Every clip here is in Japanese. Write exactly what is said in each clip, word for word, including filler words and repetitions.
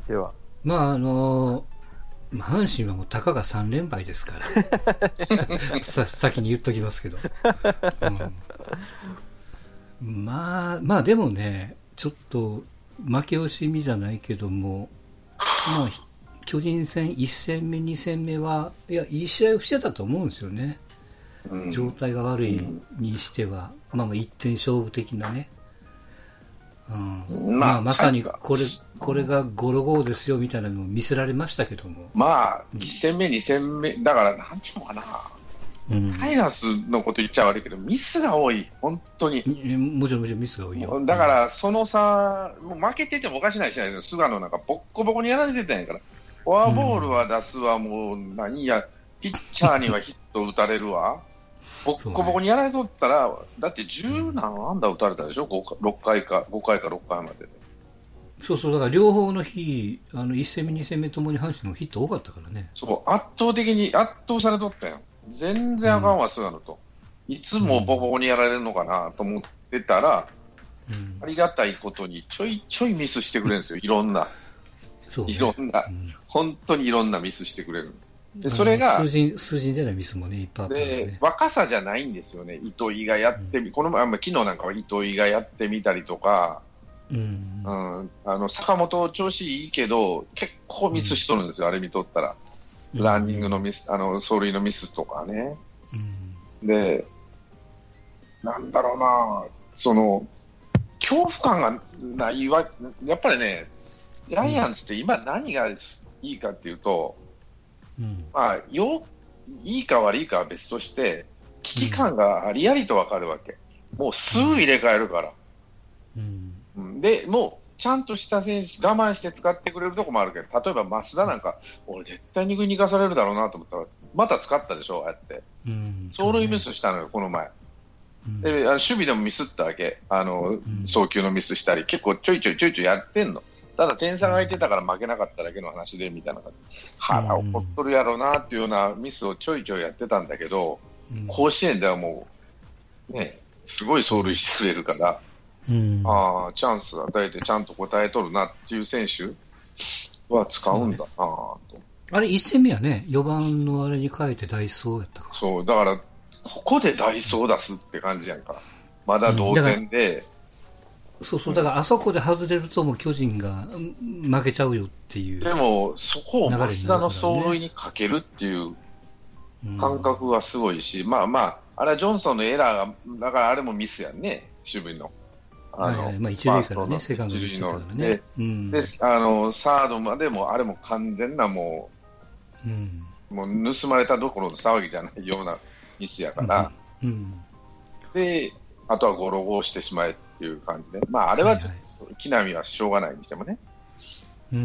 しては。 まああの阪神はもうたかがさん連敗ですからさ先に言っときますけど、うん、まあまあでもねちょっと負け惜しみじゃないけども、まあ巨人戦いち戦目に戦目はいやいい試合をしてたと思うんですよね、うん、状態が悪いにしては、うん、まあまあいってん勝負的なね、うんまあ、まさにこれ、これがゴロゴーですよみたいなのを見せられましたけども、 まあいち戦目に戦目だからなんていうのかな、うん、タイガースのこと言っちゃ悪いけどミスが多い本当に。 もちろんもちろんミスが多いよ。 だからその差もう負けててもおかしない試合で菅野なんかボッコボコにやられてたんやから、フォアボールは出すわ、もう何やピッチャーにはヒット打たれるわボッコボコにやられとったら、だってじゅう何安打打たれたでしょ、ろっかいかごかいかろっかいまでで。 そうそう、だから両方の日、あのいち戦目に戦目ともに阪神のヒット多かったからね。 そう圧倒的に圧倒されとったよ。全然あかんわ、菅野と。いつもボコボコにやられるのかなと思ってたら、うん、ありがたいことにちょいちょいミスしてくれるんですよ、いろんな。そうね、いろんな、うん、本当にいろんなミスしてくれる。でそれが数字、数字じゃないミスもね、いっぱいあったからね。 で若さじゃないんですよね、糸井がやってみ、うん、この前、昨日なんかは糸井がやってみたりとか、うんうん、あの坂本、調子いいけど、結構ミスしとるんですよ、うん、あれ見とったら、うん、ランニングのミス、あの走塁のミスとかね、うん、で、なんだろうな、その恐怖感がないわ、やっぱりね、ジャイアンツって今、何がいいかっていうと、うんまあ、よいいか悪いかは別として危機感がありありと分かるわけ、うん、もうすぐ入れ替えるから、うんうん、でもうちゃんとした選手我慢して使ってくれるとこもあるけど、例えば増田なんか俺絶対に軍に行かされるだろうなと思ったらまた使ったでしょ、ああやって、うん、走塁ミスしたのよこの前、うん、であの守備でもミスったわけ、あの、うん、送球のミスしたり結構ちょいちょいちょいちょいやってんの。ただ点差が空いてたから負けなかっただけの話でみたいな感じ、腹怒っとるやろうなっていうようなミスをちょいちょいやってたんだけど、うん、甲子園ではもうねすごい走塁してくれるから、うん、あチャンス与えてちゃんと答えとるなっていう選手は使うんだなと、ね、 あれいち戦目はねよばんのあれに変えて代走やったか、 そうだからここで代走出すって感じやんか、まだ同点で、うんそうそう、だからあそこで外れるともう巨人が負けちゃうよっていう、 でもそこを増田の走塁にかけるっていう感覚がすごいし、うん、まあまああれはジョンソンのエラーがだからあれもミスやんね、守備のあの、はいはいまあ、一塁からねセカンドにしてたからね、で、うん、であのサードまでもあれも完全なもう、うん、もう盗まれたどころの騒ぎじゃないようなミスやから、うんうん、であとはゴロゴーしてしまえっていう感じで、まあ、あれは木浪はしょうがないにしてもね、うん、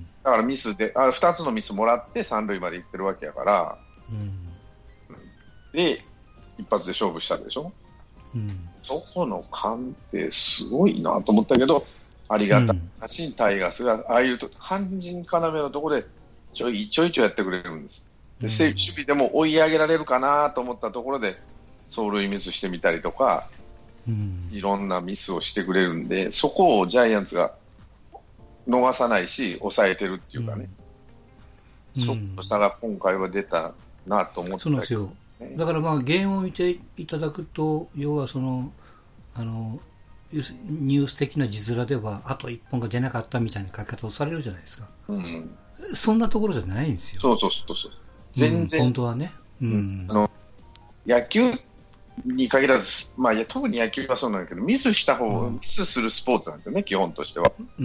だからミスであふたつのミスもらって三塁まで行ってるわけやから、うん、で一発で勝負したでしょ、うん、そこの勘ってすごいなと思ったけど、ありがたいし、うん、タイガースがああいうと肝心要のところでちょいちょいちょいやってくれるんです。で、うん、守備でも追い上げられるかなと思ったところで走塁ミスしてみたりとか、うん、いろんなミスをしてくれるんで、そこをジャイアンツが逃さないし抑えてるっていうかね、うん、ちょっと差が今回は出たなと思ってたけど、ね、そうなんですよ。 だからまあゲームを見ていただくと、要はそのあのニュース的な字面ではあといっぽんが出なかったみたいな書き方をされるじゃないですか、うん、そんなところじゃないんですよ。 そうそうそうそう、全然、 うん、本当はね、うん、 あの野球に限らず、まあ、いや特に野球はそうなんだけど、ミスした方、うん、ミスするスポーツなんですよね、基本としては、うんうん、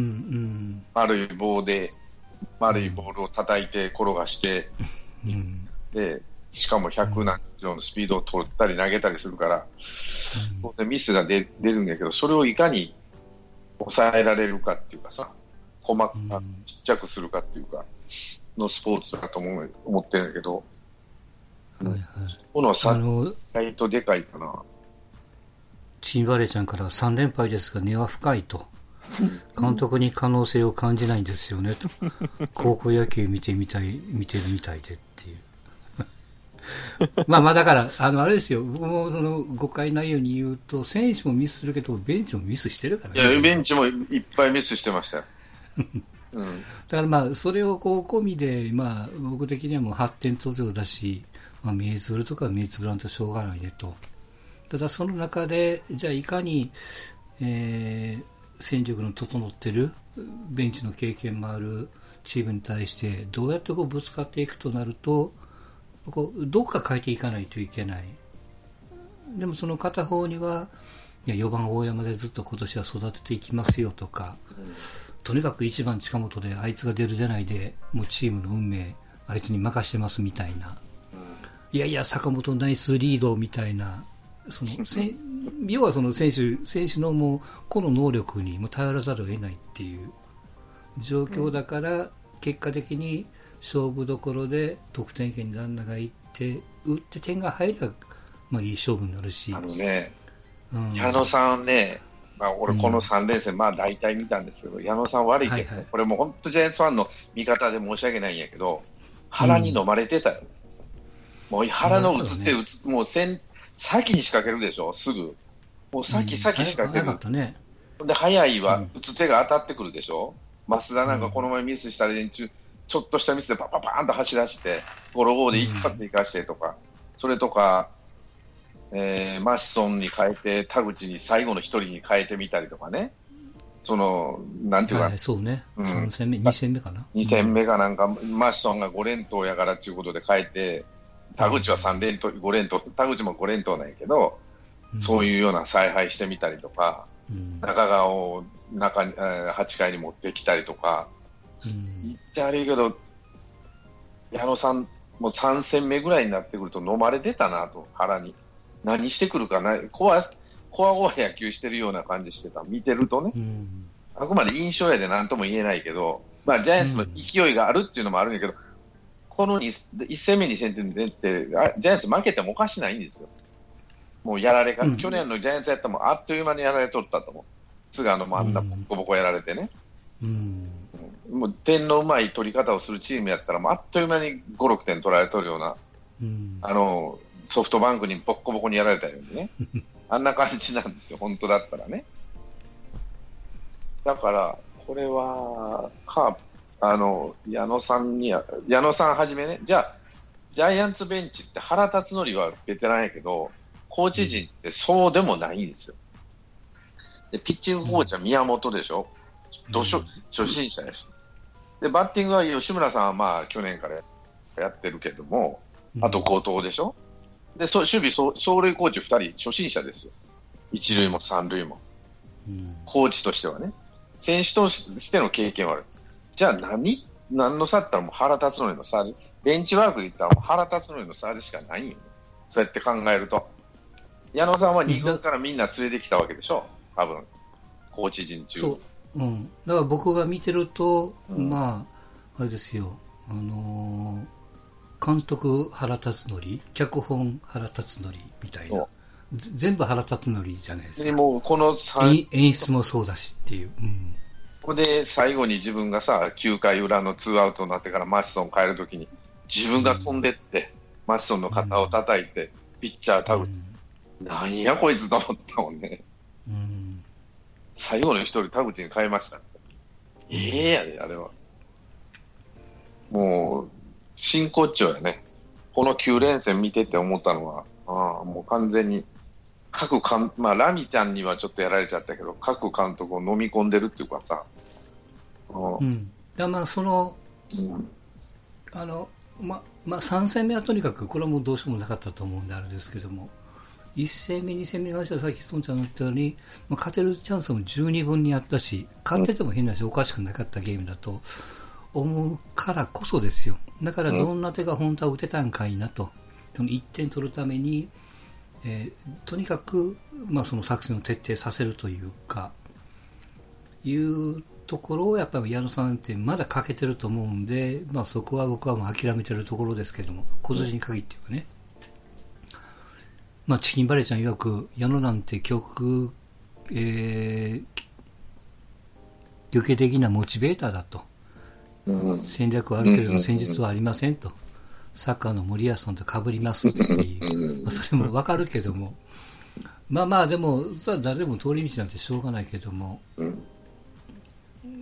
丸い棒で丸いボールを叩いて転がして、うん、でしかもひゃく何キロのスピードを取ったり投げたりするから、うん、ミスが 出, 出るんだけど、それをいかに抑えられるかっていうかさ、細かくちっちゃくするかっていうかのスポーツだと思う思ってるんだけど、はいはい、この差意とでかいかな。 チンバレーちゃんからさん連敗ですが根は深いと、監督に可能性を感じないんですよねと高校野球見てみたい見てるみたいでっていうまあまあだからあのあれですよ、僕もその誤解ないように言うと、選手もミスするけどベンチもミスしてるからね。 いやベンチもいっぱいミスしてましたようん、だからまあそれをこう込みで、まあ、僕的にはもう発展途上だし、まあ、目つぶるとか目つぶらんとしょうがないねと。ただその中でじゃあいかに、えー、戦力の整ってるベンチの経験もあるチームに対してどうやってこうぶつかっていくとなると、こうどっか変えていかないといけない。でもその片方にはいやよばん大山でずっと今年は育てていきますよとか、うん、とにかくいちばん近本であいつが出る出ないでもうチームの運命あいつに任してますみたいな、うん、いやいや坂本ナイスリードみたいな、そのせ要はその選手選手のもう個の能力にも頼らざるを得ないっていう状況だから、うん、結果的に勝負どころで得点圏にランナーがいって打って点が入れば、まあ、いい勝負になるし、 あのね、うん、矢野さんね、まあ、俺このさん連戦、うん、まあ大体見たんですけど、矢野さん悪いけど、はいはい、これもう本当ジャイアンツファンの見方で申し訳ないんやけど、腹に飲まれてたよ、うん、もう腹の打つって打つ、ね、もう先先に仕掛けるでしょ、すぐもう先先仕掛ける、うんね、で早いは打つ手が当たってくるでしょ、うん、増田なんかこの前ミスした連中ちょっとしたミスでパパパーンと走らせてゴロゴロで一発で生かしてとか、うん、それとか、えー、マシソンに変えて田口に最後の一人に変えてみたりとかね、そのなんていうか、 はい、そうね、うん、さん戦目に戦目かなに戦目かなんか、うん、マシソンがご連投やからということで変えて田口はさん連投ご連投、田口もご連投なんやけど、うん、そういうような采配してみたりとか、うん、中川を中、えー、はちかいに持ってきたりとか、うん、言っちゃ悪いけど矢野さんもうさん戦目ぐらいになってくると飲まれてたなと、腹に何してくるかな、こわこわごわ野球してるような感じしてた、見てるとね、うん、あくまで印象やで何とも言えないけど、まあ、ジャイアンツの勢いがあるっていうのもあるんだけど、うん、このいち戦目に戦点でってジャイアンツ負けてもおかしないんですよ。もうやられか、うん、去年のジャイアンツやったらもうあっという間にやられとったと思う。菅野もあんなボコボコやられてね、うんうん、もう点のうまい取り方をするチームやったらもうあっという間にご、ろくてん取られとるような、うん、あのソフトバンクにボッコボコにやられたようにねあんな感じなんですよ、本当だったらね。だからこれはカープ、あの矢野さんには矢野さんはじめね、じゃあジャイアンツベンチって原辰徳はベテランやけどコーチ陣ってそうでもないんですよ。でピッチングコーチは宮本でしょ、うん、初, 初心者やし、でバッティングは吉村さんはまあ去年からやってるけども、あと後藤でしょ、で守備走塁コーチふたり初心者ですよ、一塁も三塁も、うん、コーチとしてはね、選手としての経験はある。じゃあ何何の差って言ったらもう原辰徳の差で、ベンチワークで言ったらもう原辰徳の差でしかないんよね、そうやって考えると。矢野さんはに軍からみんな連れてきたわけでしょ、多分コーチ陣中。 そう、うん、だから僕が見てると、うん、まああれですよ、あのー、監督原辰徳、脚本原辰徳みたいな、全部原辰徳じゃないですか。でもこの演出もそうだしっていう、うん、 ここで最後に自分がさきゅうかい裏のツーアウトになってからマシソン変えるときに自分が飛んでって、うん、マシソンの肩を叩いて、うん、ピッチャー田口、うん、なんやこいつと思ったもんね、うん、最後の一人田口に変えました。ええやで、あれはもう真骨頂やね。このきゅう連戦見てて思ったのは、あもう完全に各監、まあ、ラミちゃんにはちょっとやられちゃったけど各監督を飲み込んでるっていうかさ、 うん、だまあその、うん、あのままあさん戦目はとにかくこれはもうどうしようもなかったと思うんであれですけども、いち戦目に戦目がさっきストンちゃんが言ったように、まあ、勝てるチャンスも十二分にあったし、勝ってても変なしおかしくなかったゲームだと思うからこそですよ。だからどんな手が本当は打てたんかいなと、そのいってん取るために、えー、とにかく、まあ、その作戦を徹底させるというかいうところをやっぱり矢野さんってまだ欠けてると思うんで、まあ、そこは僕はもう諦めてるところですけども、小筋に限ってはね、まあ、チキンバレーちゃん曰く矢野なんて極、えー、余計的なモチベーターだと、戦略はあるけれど戦術はありませんと、サッカーの森保さんと被りますっていう、まあ、それもわかるけども、まあまあでもそれは誰でも通り道なんてしょうがないけども、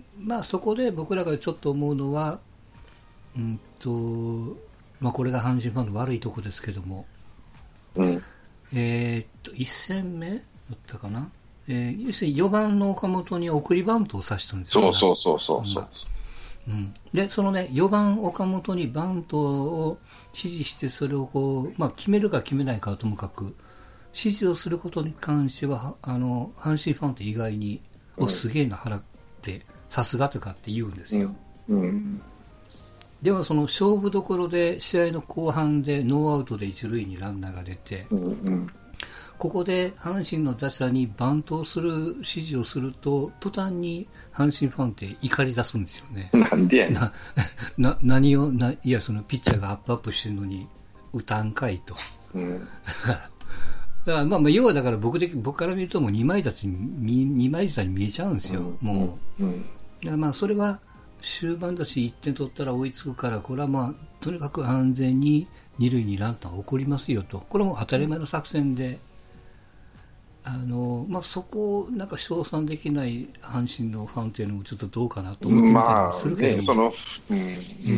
まあそこで僕らがちょっと思うのは、うんとまあ、これが阪神ファンの悪いとこですけども、 うん、えー、っといち戦目だったかな、えー、要するによばんの岡本に送りバントをさせたんですよ。 そうそうそうそうそう、 うん、でそのねよばん岡本にバントを指示して、それをこう、まあ、決めるか決めないかはともかく指示をすることに関しては、あの阪神ファンって意外に、うん、おすげえな腹ってさすがとかって言うんですよ、うんうん、でもその勝負どころで試合の後半でノーアウトで一塁にランナーが出て、うんうん、ここで阪神の打者にバントをする指示をすると途端に阪神ファンって怒り出すんですよね。 なんでやねん。 なな何をないや、そのピッチャーがアップアップしてるのに打たんかいと、うん、だからまあまあ要はだから僕で僕から見るともう二枚立ちに二枚舌に見えちゃうんですよ、うん、もう、うん、だからまあそれは終盤だしいってん取ったら追いつくから、これはまあとにかく安全に二塁にランナーを送りますよと、これも当たり前の作戦で、あのまあ、そこをなんか称賛できない阪神のファンというのもちょっとどうかなと思ってみたりするけども、まあね、そのうんうん、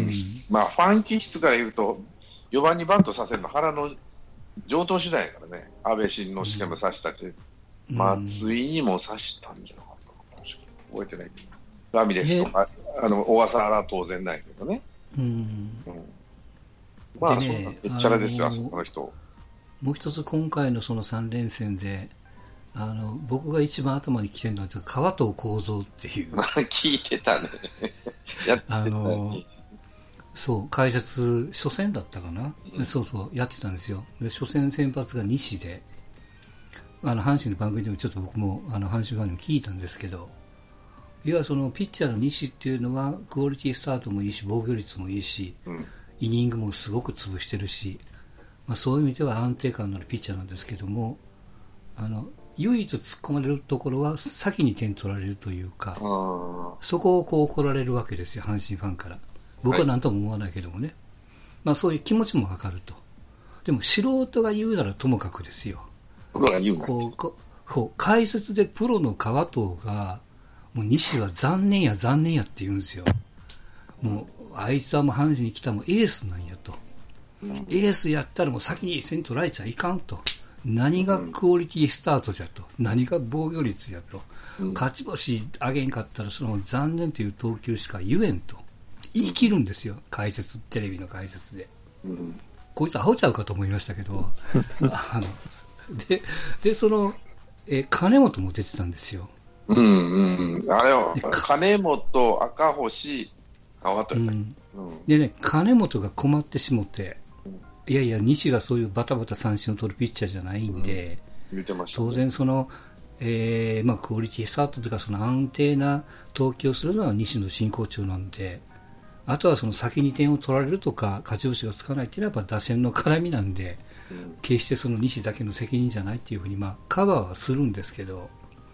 まあファン気質から言うとよばんにバントさせるの原の上等手段やからね。安倍晋之助も刺したって、うん、松井にも刺したんじゃなかったかな、覚えてないけど、ラミレスとか、あの小笠原は当然ないけどね、うんうん、まあ、ね、そんなめっちゃらですよ、あそこの人。 もう一つ今回のそのさん連戦であの僕が一番頭に来てるのは川藤幸三っていう聞いてたねやってたね、あのそう解説初戦だったかな、うん、そうそうやってたんですよ。で初戦先発が西で、あの阪神の番組でもちょっと僕もあの阪神ファンにも聞いたんですけど、いわゆるそのピッチャーの西っていうのはクオリティスタートもいいし防御率もいいし、うん、イニングもすごく潰してるし、まあ、そういう意味では安定感のあるピッチャーなんですけども、あの唯一突っ込まれるところは先に点取られるというか、そこをこう怒られるわけですよ、阪神ファンから。僕は何とも思わないけどもね、はい、まあ、そういう気持ちもわかると。でも素人が言うならともかくですよ、 プロが言うなこうこう解説でプロの川藤がもう西は残念や残念やって言うんですよ。もうあいつはもう阪神に来たもエースなんやと、うん、エースやったらもう先に点取られちゃいかんと、何がクオリティスタートじゃと、何が防御率やと、うん、勝ち星あげんかったらその残念という投球しか言えんと言い切るんですよ、解説、テレビの解説で、うん、こいつアホちゃうかと思いましたけどあの で, でその、えー、金本も出てたんですよ。 うんうん、あれは金本、赤星、川戸やった、うんうん、 でね、金本が困ってしもっていやいや西がそういうバタバタ三振を取るピッチャーじゃないんで、 うん、見てましたね、 当然その、えーまあ、クオリティスタートというかその安定な投球をするのは西の真骨頂なんで、あとはその先に点を取られるとか勝ち星がつかないっていうのはやっぱ打線の絡みなんで、うん、決してその西だけの責任じゃないっていうふうにまあカバーはするんですけど、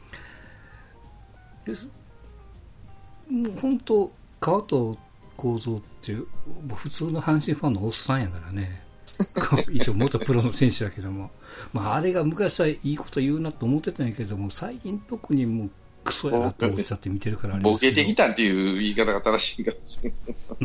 ですもう本当川藤幸三っていう普通の阪神ファンのおっさんやからね一応元プロの選手だけども、まあ、あれが昔はいいこと言うなと思ってたんやけども、最近特にもうクソやなと思っちゃって見てるからあれですけど、 ボケてきたっていう言い方が正しいかもしれないうん、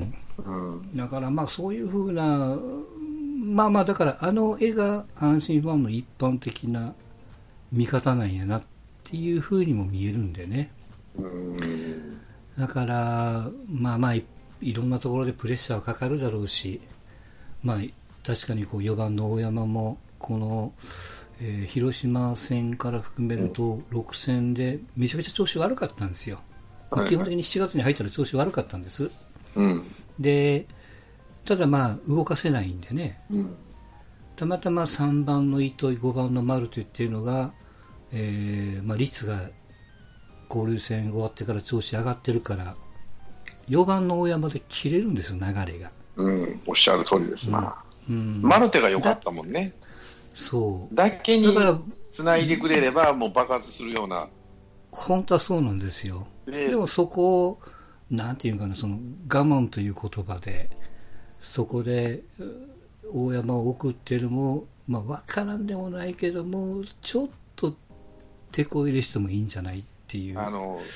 うん、だからまあそういうふうな、まあまあだからあの絵が阪神ファンの一般的な見方なんやなっていうふうにも見えるんでね、うんだからまあまあ い, いろんなところでプレッシャーはかかるだろうし、まあ確かにこうよばんの大山もこの、えー、広島戦から含めるとろく戦でめちゃめちゃ調子悪かったんですよ、はい、基本的にしちがつに入ったら調子悪かったんです、うん、でただまあ動かせないんでね、うん、たまたまさんばんの糸井ごばんの丸とっていうのが、えーまあ、率が交流戦終わってから調子上がってるからよばんの大山で切れるんですよ、流れが、 うん、おっしゃる通りですな、うん、マルテが良かったもんね、 そうだけに繋いでくれればもう爆発するような、 本当はそうなんですよ。でもそこをなんていうかな、その我慢という言葉でそこで大山を送ってるも、まあ、分からんでもないけどもちょっと手こ入れしてもいいんじゃないっていう、 あの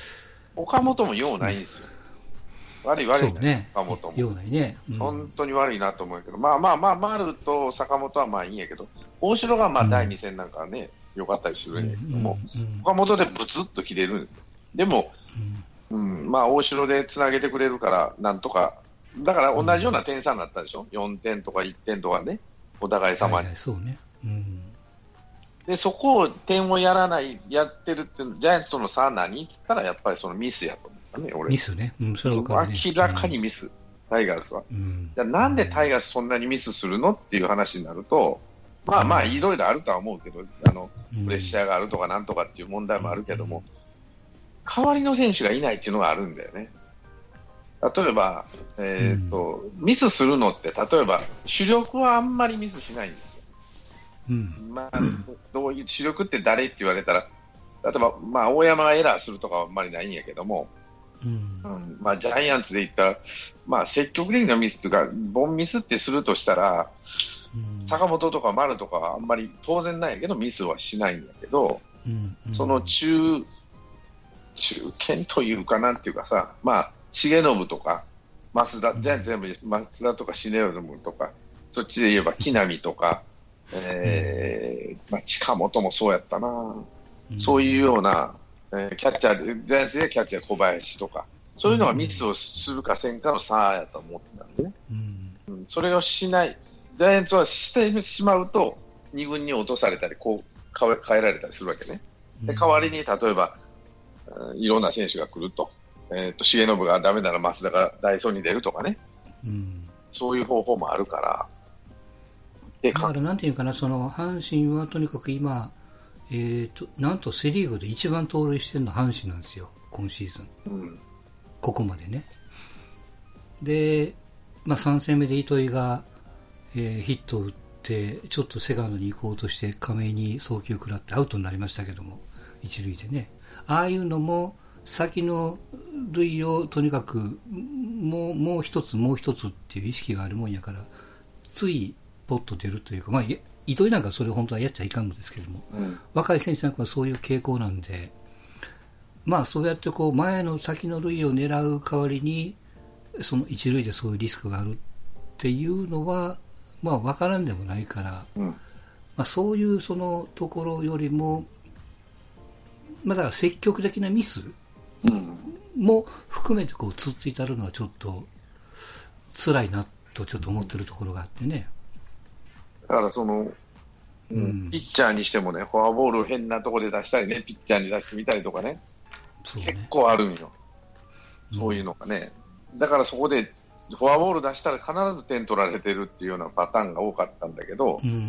岡本もようないんですよ。うん、悪い悪い、 そうね。 岡本も。 ようないね、 うん。本当に悪いなと思うけど、まあまあまあ、丸と坂本はまあいいんやけど、大城がまあだいに戦なんかはね、良、うん、かったりするんやけども、うんうん、岡本でブツッと切れるんですよ。でも、うん、うん、まあ大城でつなげてくれるから、なんとか、だから同じような点差になったでしょ、うん、よんてんとかいってんとかね、お互い様に。はいはい、 そうね。うん、 で、そこを点をやらない、やってるって、ジャイアンツとの差は何って言ったら、やっぱりそのミスやと思ったね、俺。 ミスね。うん、それは分かるね。 明らかにミス、うん、タイガースは。うん、じゃあなんでタイガースそんなにミスするのっていう話になると、まあまあ、いろいろあるとは思うけど、あの、プレッシャーがあるとかなんとかっていう問題もあるけども、代わりの選手がいないっていうのがあるんだよね。例えば、えーとうん、ミスするのって、例えば主力はあんまりミスしないんですよ。うん、まあ、どういう主力って誰って言われたら、例えば、まあ、大山がエラーするとかはあんまりないんやけども、うんうんまあ、ジャイアンツで言ったら、まあ、積極的なミスというか、ボンミスってするとしたら、うん、坂本とか丸とかはあんまり当然ないけどミスはしないんだけど、うんうん、その中中堅というかなんていうかさ、まあ重信とか増田、ジャイアンツ全部増田とか重信とか、そっちで言えば木浪とか、えーまあ、近本もそうやったな、うん、そういうような、えー、キャッチャージャイアンツでキャッチャー小林とか、そういうのがミスをするかせんかの差やと思ってたんでね、うんうん、それをしないジャイアンツはしてしまうとに軍に落とされたりこう変えられたりするわけね。で代わりに例えば、うん、いろんな選手が来ると、えーと、重信がダメなら増田がダイソーに出るとかね、うん、そういう方法もあるからでだからなんていうかな、その阪神はとにかく今、えーと、なんとセリーグで一番盗塁してるのは阪神なんですよ、今シーズン、うん、ここまでね。で、まあ、さん戦目で糸井がえー、ヒットを打ってちょっとセカンドに行こうとして亀井に送球食らってアウトになりましたけども、一塁でね、ああいうのも先の塁をとにかくもう、もう一つもう一つっていう意識があるもんやから、ついポッと出るというか、まあ、糸井なんかそれ本当はやっちゃいかんのですけども、うん、若い選手なんかはそういう傾向なんで、まあそうやってこう前の先の塁を狙う代わりにその一塁でそういうリスクがあるっていうのはまあ、分からんでもないから、うんまあ、そういうそのところよりも、まあ、だから積極的なミスも含めてこうつっついてあるのはちょっと辛いなとちょっと思ってるところがあってね。 だからその、うん、ピッチャーにしてもね、フォアボールを変なところで出したりね、ピッチャーに出してみたりとかね、そうね結構あるんよ、そういうのがね。うん、だからそこでフォアボール出したら必ず点取られてるっていうようなパターンが多かったんだけど、うんうん、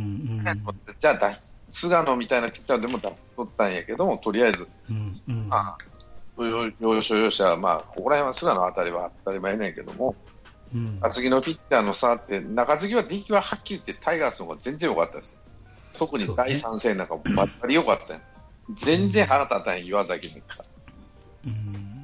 じゃあ出菅野みたいなピッチャーでも出し取ったんやけども、とりあえず、うんうんまあ、要所要所は、まあ、ここら辺は菅野あたりは当たり前なんやけども、うん、中継ぎのピッチャーの差って、中継ぎは出来ははっきり言ってタイガースの方が全然良かったですよ。特にだいさん戦なんかばったり良かったよ。全然腹立たん岩崎なんか、 うん、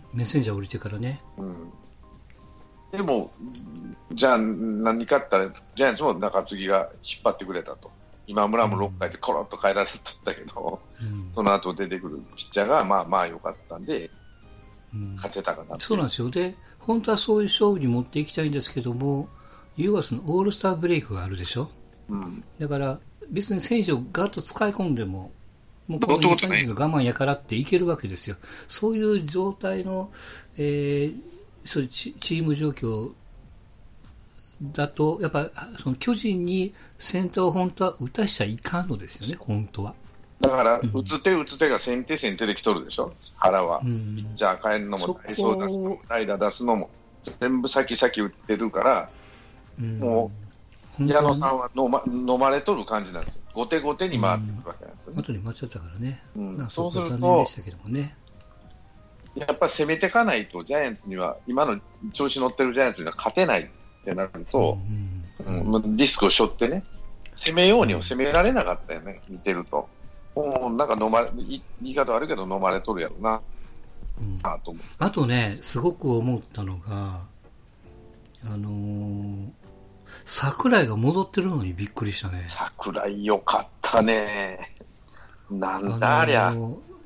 メッセンジャー降りてからね、 うんでも、じゃあ何かあったらジャイアンツも中継ぎが引っ張ってくれたと。今村もろっかいでコロッと変えられたんだけど、うん、その後出てくるピッチャーがまあまあ良かったんで、うん、勝てたかなって。 そうなんですよ。で、本当はそういう勝負に持っていきたいんですけども、要はそのオールスターブレイクがあるでしょ。うん、だから別に選手をガッと使い込んでも、もうこのに、さんにちの我慢やからっていけるわけですよ。そういう状態の、えーそういうチーム状況だとやっぱその巨人に先手を本当は打たしちゃいかんのですよね、本当は。 だから、うん、打つ手打つ手が先手先手で来とるでしょ、原は、うん、ピッチャー変えるのも体操出すのも代打出すのも全部先々打ってるから、うん、もう矢野さんは飲ま、飲まれとる感じなんですよ。後手後手に回ってくるわけなんですよね。 後に回っちゃったからね、うん、 そうすると残念でしたけどもね。 やっぱり攻めていかないとジャイアンツには今の調子乗ってるジャイアンツには勝てないってなると、うんうんうん、リスクを背負ってね攻めようにも攻められなかったよね、見てると。もうなんか飲まれ言い方悪いけど飲まれとるやろな、 うん、あとあとねすごく思ったのがあのー、桜井が戻ってるのにびっくりしたね。 桜井よかったね。なんだありゃ、あのー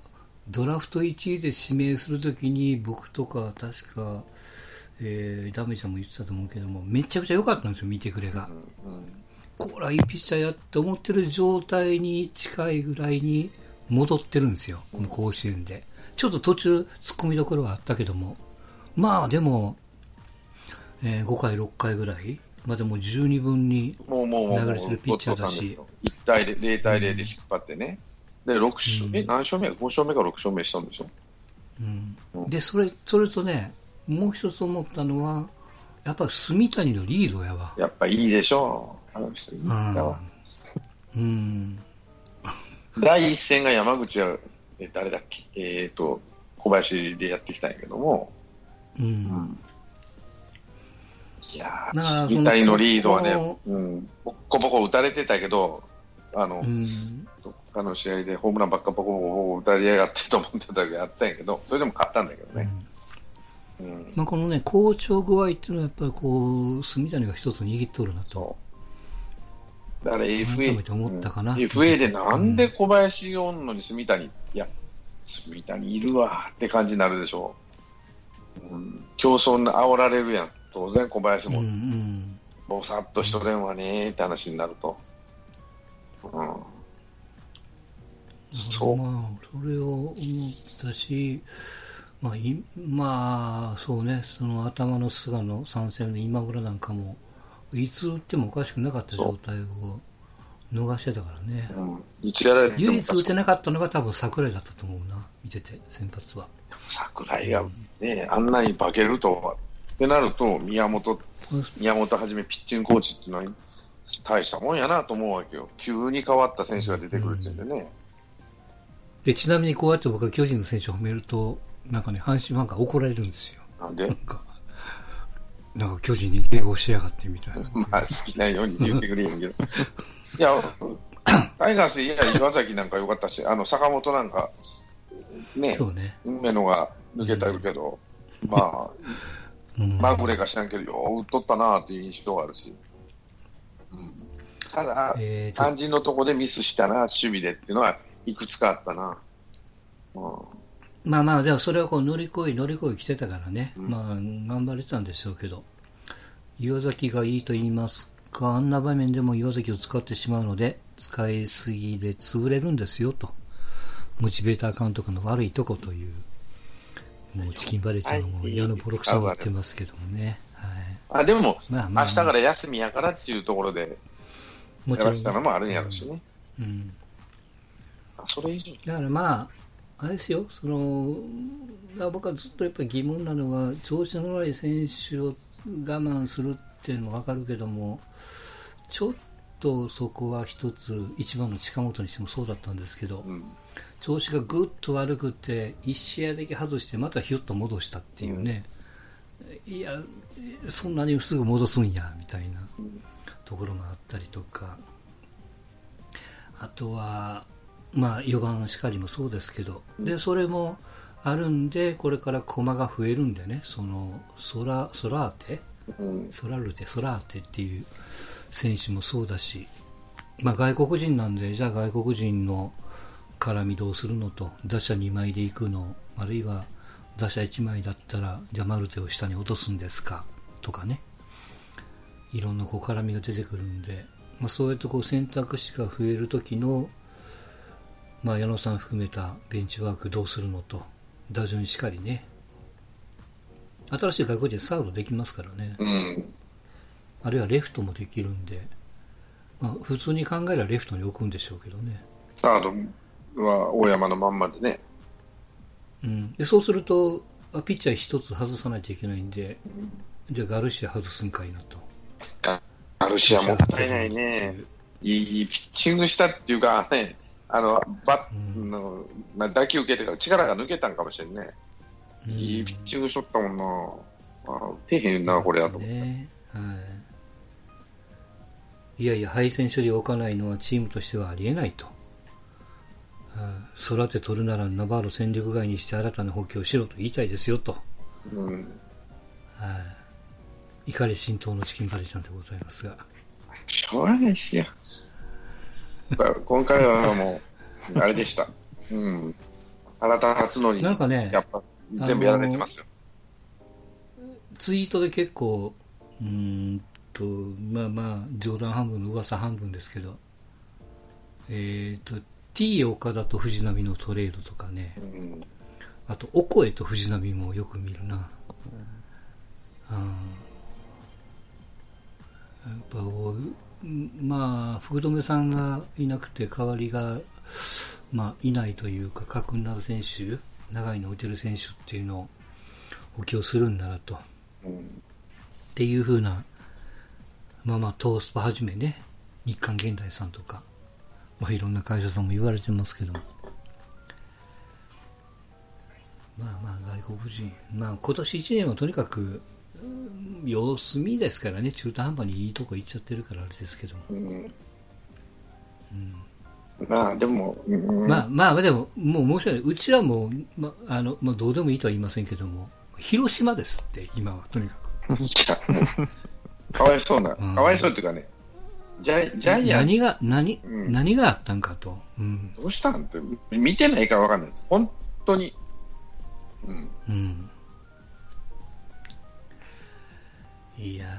ドラフトいちいで指名するときに僕とか確か、えー、ダメちゃんも言ってたと思うけども、めちゃくちゃ良かったんですよ、見てくれが。うんうん、これはいいピッチャーやって思ってる状態に近いぐらいに戻ってるんですよ、この甲子園で。ちょっと途中突っ込みどころはあったけども、まあでも、えー、ごかいろっかいぐらいまあでも十二分に流れてるピッチャーだし、 いち対ゼロ、ゼロ対ゼロで引っ張ってね、でろく勝、うん、え何勝目ご勝目かろく勝目したんでしょ、 うんうん、でそれそれとね、もう一つ思ったのはやっぱ住谷のリードやわ。 やっぱいいでしょう、あの人いいんだわ。 うん、うん、 第一戦が山口はえ誰だっけ、えっ、ー、と小林でやってきたんやけども、うん、うん、いやー、住谷のリードはね、うん、ボッコボコ打たれてたけど、あの、うん、他の試合でホームランばっかボコボコ打たれやがってと思ってた時あったんやけど、それでも勝ったんだけどね。 うんうん、まあ、このね、好調具合っていうのはやっぱりこう、住谷が一つ握っとるなと。 だから エフエー、 思ったかな、 うん、エフエー でなんで小林おんのに住谷、いや、住谷いるわって感じになるでしょう。うん、競争に煽られるやん。当然小林も、うんうん、ぼさっとしとれんわねーって話になると。うん、 そう。まあ、それを思ったし、まあ、いまあ、そうね、その頭の菅の参戦の今村なんかも、いつ打ってもおかしくなかった状態を逃してたからね。うん、一やられて唯一打てなかったのが多分櫻井だったと思うな、見てて、先発は。 櫻井がね、うん、あんなに化けるとは。ってなると、宮本、宮本はじめピッチングコーチっていうのは大したもんやなと思うわけよ。急に変わった選手が出てくるっていうんでね。うん、 で、ちなみにこうやって僕が巨人の選手を褒めると、なんかね、阪神ファンから怒られるんですよ。 なんで？ なんか、なんか巨人に迎合しやがってみたいな。 まあ、好きなように言ってくれへんけど。いや、タイガース、いや、岩崎なんか良かったし、あの、坂本なんか、ね、 そうね。 梅野が抜けたけど、うん、まあ、うん、まぐれか知らんけど、よう打っとったなっていう印象があるし。うん、ただ、えー、肝心のとこでミスしたな、守備でっていうのはいくつかあったな。うん、 まあまあ、じゃあそれはこう乗り越え、乗り越え来てたからね、うん、まあ、頑張れてたんでしょうけど、岩崎がいいと言いますか、あんな場面でも岩崎を使ってしまうので、使いすぎで潰れるんですよと、モチベーター監督の悪いとこという。もうチキンバレーちゃんも矢のボロクソを言ってますけどもね。 はい、あでも、まあまあ、明日から休みやからっていうところでやらせたのもあるんやろうしね。うんうん、それ以上だからまあ、あれですよ、その僕はずっとやっぱり疑問なのは、調子の悪い選手を我慢するっていうのも分かるけども、ちょっとそこは一つ、一番の近本にしてもそうだったんですけど、うん、調子がぐっと悪くていち試合だけ外してまたヒュッと戻したっていうね、うん、いやそんなにすぐ戻すんやみたいなところもあったりとか、あとはまあよばんしかりもそうですけど、でそれもあるんで、これから駒が増えるんでね、そのソラソラーテ、ソラルテソラーテっていう選手もそうだし、まあ外国人なんで、じゃあ外国人の絡みどうするのと、打者にまいでいくの、あるいは打者いちまいだったらじゃあマルテを下に落とすんですかとかね、いろんなこう絡みが出てくるんで、まあ、そうやってこう選択肢が増える時の、まあ、矢野さん含めたベンチワークどうするのと、打順しかりね、新しい外国人サードできますからね、うん、あるいはレフトもできるんで、まあ、普通に考えればレフトに置くんでしょうけどね。 サードは大山のまんまでね、 うん、でそうするとピッチャー一つ外さないといけないんで、じゃあガルシア外すんかいなと。 ガルシアもったいないね。いいピッチングしたっていうかね、あのバッ、うん、の打球受けてから力が抜けたんかもしれんね、うん、いいピッチングしとったもんな。あ打てへんなこれやと思って、ね、はい、いやいや敗戦処理を置かないのはチームとしてはありえないと、育て取るならナバーロ戦力外にして新たな補強をしろと言いたいですよと、うん、はい、怒り心頭のチキンバレーちゃんでございますが、 しょうがないですよ今回はもうあれでした、うん、 体立つのに、 なんかね、 やっぱ全部やられてますよ。 ツイートで結構、うーんと、まあまあ、冗談半分の噂半分ですけど、えっ、と、T 岡田と藤波のトレードとかね、うん、あと、オコエと藤波もよく見るな。うん、やっぱ、まあ、福留さんがいなくて代わりが、まあ、いないというか、核になる選手、長いの置いてる選手っていうのを補強するんならと。うん、っていう風な、まあまあ、トースパはじめね、日韓現代さんとか、まあいろんな会社さんも言われてますけども。まあまあ、外国人。まあ今年いちねんはとにかく、様子見ですからね、中途半端にいいとこ行っちゃってるからあれですけども。うんうん、まあでも、 うん、まあまあでも、もう申し訳ない。うちはもう、まあ、あの、まあどうでもいいとは言いませんけども、広島ですって、今はとにかく。 かわいそうな、かわいそうっていうかね、ジャイ、ジャイアン何が、何、うん、何があったんかと。 うん、どうしたんって、見てないからわかんないです。本当に。うん。うん、 いや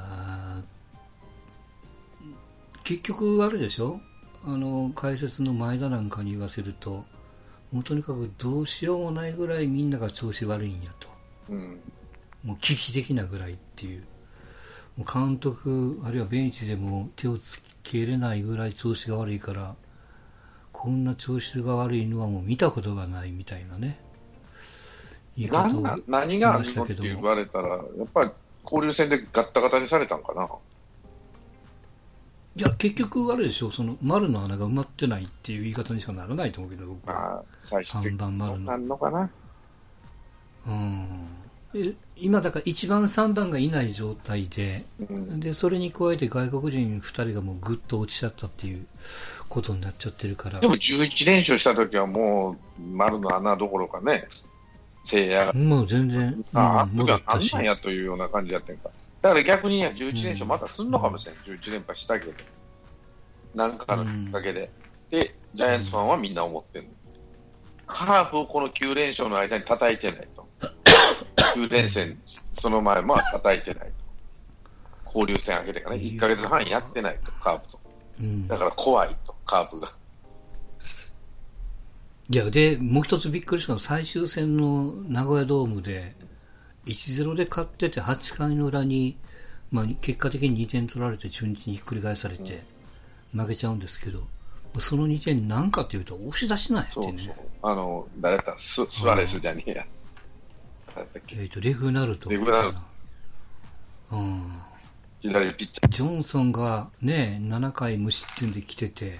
ー、結局あれでしょ、あの、解説の前田なんかに言わせると、もうとにかくどうしようもないぐらいみんなが調子悪いんやと。うん、もう危機的なぐらいっていう。もう監督、あるいはベンチでも手をつけれないぐらい調子が悪いから、こんな調子が悪いのはもう見たことがないみたいなね。 言い方をしてましたけども。何があるのって言われたら、やっぱり交流戦でガッタガタにされたんかな。 いや、結局あれでしょ、その丸の穴が埋まってないっていう言い方にしかならないと思うけど、僕は。 あ、さんばん丸の。なんのかな。 うん。今だからいちばんさんばんがいない状態で、うん、でそれに加えて外国人ふたりがもうぐっと落ちちゃったっていうことになっちゃってるから。 でもじゅういちれんしょうした時はもう丸の穴どころかね、聖夜がもう全然ああ時は何なんやというような感じやってんか。だから逆にじゅういちれんしょうまたすんのかもしれない、うん、じゅういちれんぱしたけどなんかのきっかけで、うん、でジャイアンツファンはみんな思ってる、うん、カープをこのきゅうれんしょうの間に叩いてないときゅうれんせんその前も叩いてないと、交流戦明けてからね、いっかげつはんやってないと、カープと、うん、だから怖いと、カープが。 いや、で、もう一つびっくりしたのは、最終戦の名古屋ドームで、いちたいゼロで勝ってて、はちかいの裏に、まあ、結果的ににてん取られて、中日にひっくり返されて、負けちゃうんですけど、そのにてん何かっていうと、押し出しないってね。そうそう、 あの、誰だ、ス, スアレスじゃねえや。 えー、とレグナルトレグナルト、 うん、 左ピッチャージョンソンがねななかい無失点で来てて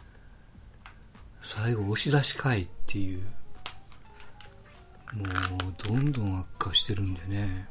最後押し出しかいっていう、もうどんどん悪化してるんでね、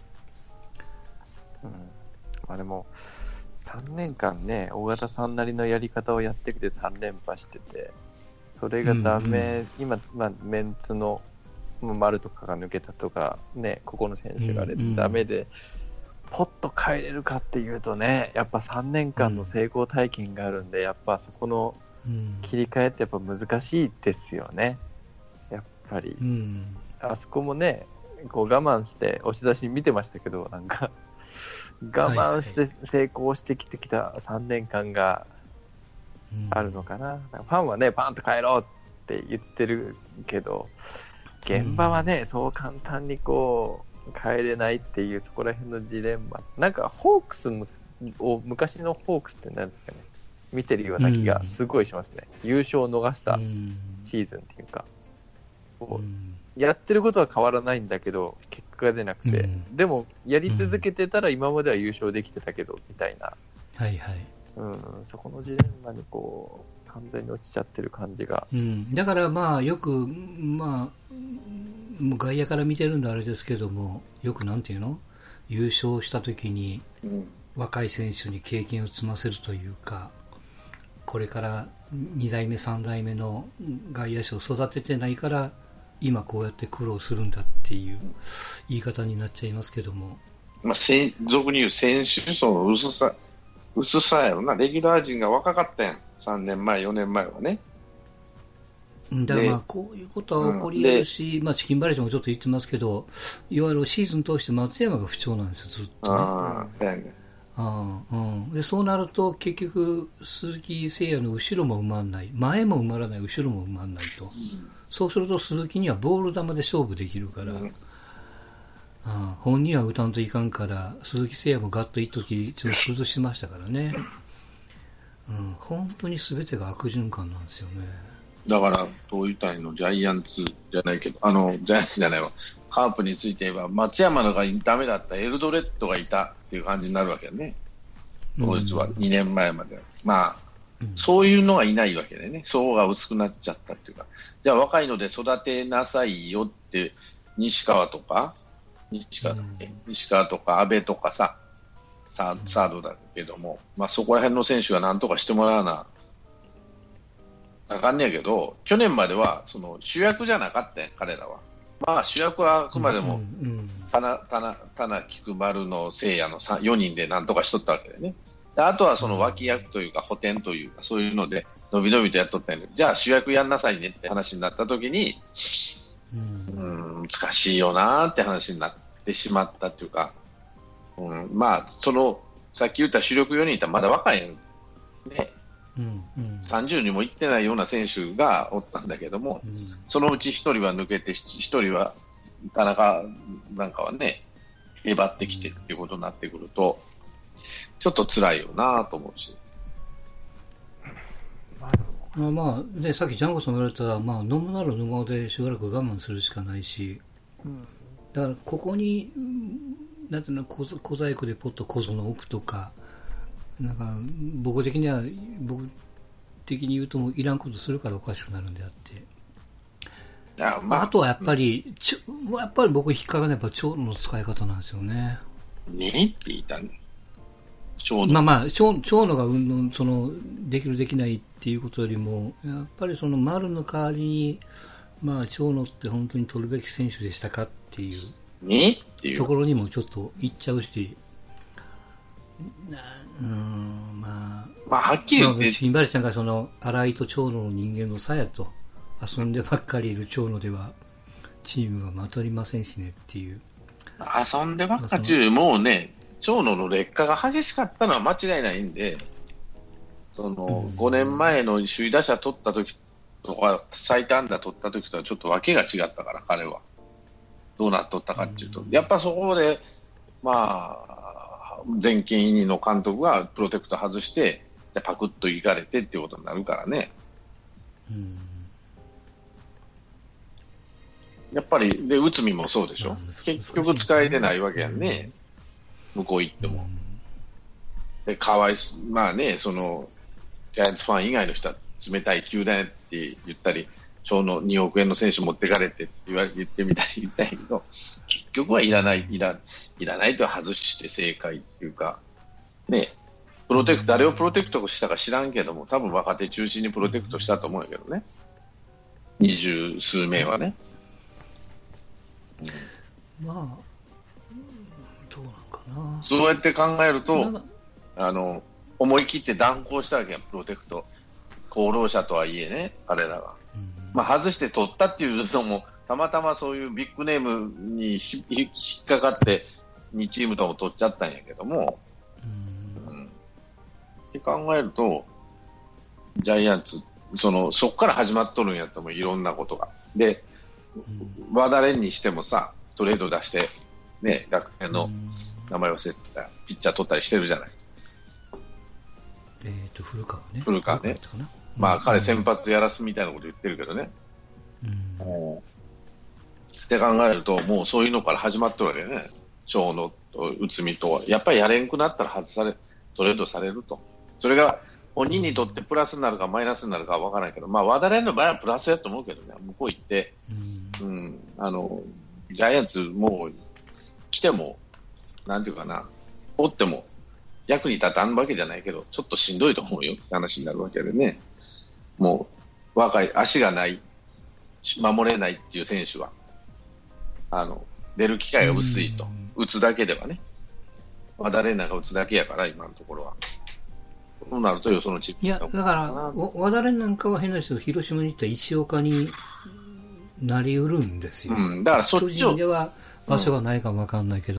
うん、まあでもさんねんかんね尾形さんなりのやり方をやってきてさんれんぱしてて、それがダメ、うんうん、今、まあ、メンツの丸とかが抜けたとかね、ここの選手があれダメで、うんうん、ポッと変えれるかっていうとね、やっぱさんねんかんの成功体験があるんで、やっぱそこの切り替えってやっぱ難しいですよね、やっぱり、うん、あそこもねこう我慢して押し出し見てましたけど、なんか我慢して成功してきてきたさんねんかんがあるのかな、うん、ファンはねパンと変えろって言ってるけど現場はね、うん、そう簡単にこう変えれないっていうそこら辺のジレンマ、なんかホークスを昔のホークスって何ですかね、見てるような気がすごいしますね、うん、優勝を逃したシーズンっていうか、うん、やってることは変わらないんだけど結果が出なくて、うん、でもやり続けてたら今までは優勝できてたけどみたいな、 はいはい、 うん、そこのジレンマにこう完全に落ちちゃってる感じが、 うん、だからまあよくまあ外野から見てるんであれですけども、よくなんていうの、優勝した時に若い選手に経験を積ませるというか、これからにだいめさんだいめの外野手を育ててないから今こうやって苦労するんだっていう言い方になっちゃいますけども、 まあ、俗に言う選手層の薄さ薄さやろな。レギュラー陣が若かったやん、さんねんまえよねんまえはね。 だからまあこういうことは起こり得るし、うん、まあ、チキンバレージもちょっと言ってますけど、いわゆるシーズン通して松山が不調なんですよ、ずっとね。 あそうやねあうん、でそうなると結局鈴木誠也の後ろも埋まらない、前も埋まらない、後ろも埋まらないと、うん、そうすると鈴木にはボール球で勝負できるから、うん、あ本人は打たんといかんから、鈴木誠也もガッと一時ちょっと崩しましたからね、うん、本当に全てが悪循環なんですよね。 だからどう言ったらいいの、ジャイアンツじゃないけど、あのジャイアンツじゃないわ、カープについて言えば松山のがダメだったエルドレッドがいたっていう感じになるわけよね、当時はにねんまえまでは、まあ、うん、そういうのはいないわけでね、層が薄くなっちゃったっていうか、じゃあ若いので育てなさいよって西川とか西川だっけ、うん、西川とか阿部とかさ、サー、サードだけども、まあ、そこら辺の選手が何とかしてもらわなあかんねやけど、去年まではその主役じゃなかったやん、彼らは。まあ、主役はあくまでも田中菊丸の聖夜のよにんでなんとかしとったわけでね。であとはその脇役というか補填というかそういうのでのびのびとやっとったんやけど、じゃあ主役やんなさいねって話になった時に、うん、難しいよなって話になってしまったっていうか、うん、まあそのさっき言った主力よにんいたらまだ若いんね。うんうん、さんじゅうにもいってないような選手がおったんだけども、うん、そのうちひとりは抜けてひとりは田中なんかはねへばってきてっていうことになってくるとちょっと辛いよなと思うし、 まあまあでさっきジャンゴさんも言われた、まあ、飲むなら飲までしばらく我慢するしかないし、うん、だからここになんていうの小細工でポッと小園を置くとか、なんか僕的には僕的に言うともういらんことするからおかしくなるんであって、あ、まあ、あとはやっぱり、うん、ちょやっぱり僕引っかかるのはやっぱ長野の使い方なんですよね。 ねって言ったの。長野。 まあまあ長野がうんぬんそのできるできないっていうことよりもやっぱりその丸の代わりにまあ長野って本当に取るべき選手でしたかっていうねっていうところにもちょっと行っちゃうし。なうんまあ、 まあ、はっきり言って、 チキンバレーちゃんがその荒井と長野の人間の差やと遊んでばっかりいる長野ではチームがまとりませんしねっていう。 遊んでばっかりというよりもうね、長野の劣化が激しかったのは間違いないんで、そのごねんまえの首位打者取った時とか最多安打取った時とはちょっと訳が違ったから彼はどうなっとったかっていうと、やっぱそこでまあ前県委員の監督がプロテクト外してじゃパクッといかれてっていうことになるからね、うん、やっぱりで内海もそうでしょ、結局使えてないわけやんね、うん、向こう行っても、うん、でかわいすまあねそのジャイアンツファン以外の人は冷たい球団って言ったり長野におくえんの選手持ってかれてって言わ言ってみたい言ったんやけど結局はいらないいらいらないと外して正解っていうかね、プロテクト誰をプロテクトしたか知らんけども多分若手中心にプロテクトしたと思うんやけどね、二十数名はね、 うん、まあどうなんかな、 そうやって考えるとあの思い切って断行したわけやプロテクト功労者とはいえね彼らが、うん、まあ外して取ったっていうのもたまたまそういうビッグネームに引っかかってにチームとも取っちゃったんやけども、うんうん、って考えるとジャイアンツそのそこから始まっとるんやったもいろんなことがで、うん、和田蓮にしてもさトレード出してね楽天の名前を忘れてたピッチャー取ったりしてるじゃない、 えーと古川ね古川ね、まあ彼先発やらすみたいなこと言ってるけどね、うん、って考えるともうそういうのから始まってるわけね。長野と内海とやっぱりやれんくなったら外されトレードされると、それが本人にとってプラスになるかマイナスになるかは分からないけど、まあ和田蓮の場合はプラスやと思うけどね、向こう行って、うんうん、あのジャイアンツもう来てもなんていうかなおっても役に立たんわけじゃないけどちょっとしんどいと思うよって話になるわけでね、もう若い足がない守れないっていう選手はあの出る機会が薄いと、打つだけではね、まあ、誰なんか打つだけやから今のところはそうなるとよそのチーム。 いや、だから、和田蓮なんかは変な人、広島に行った石岡になりうるんですよ。 うん、だからそっちを。 巨人では場所がないかもわかんないけど、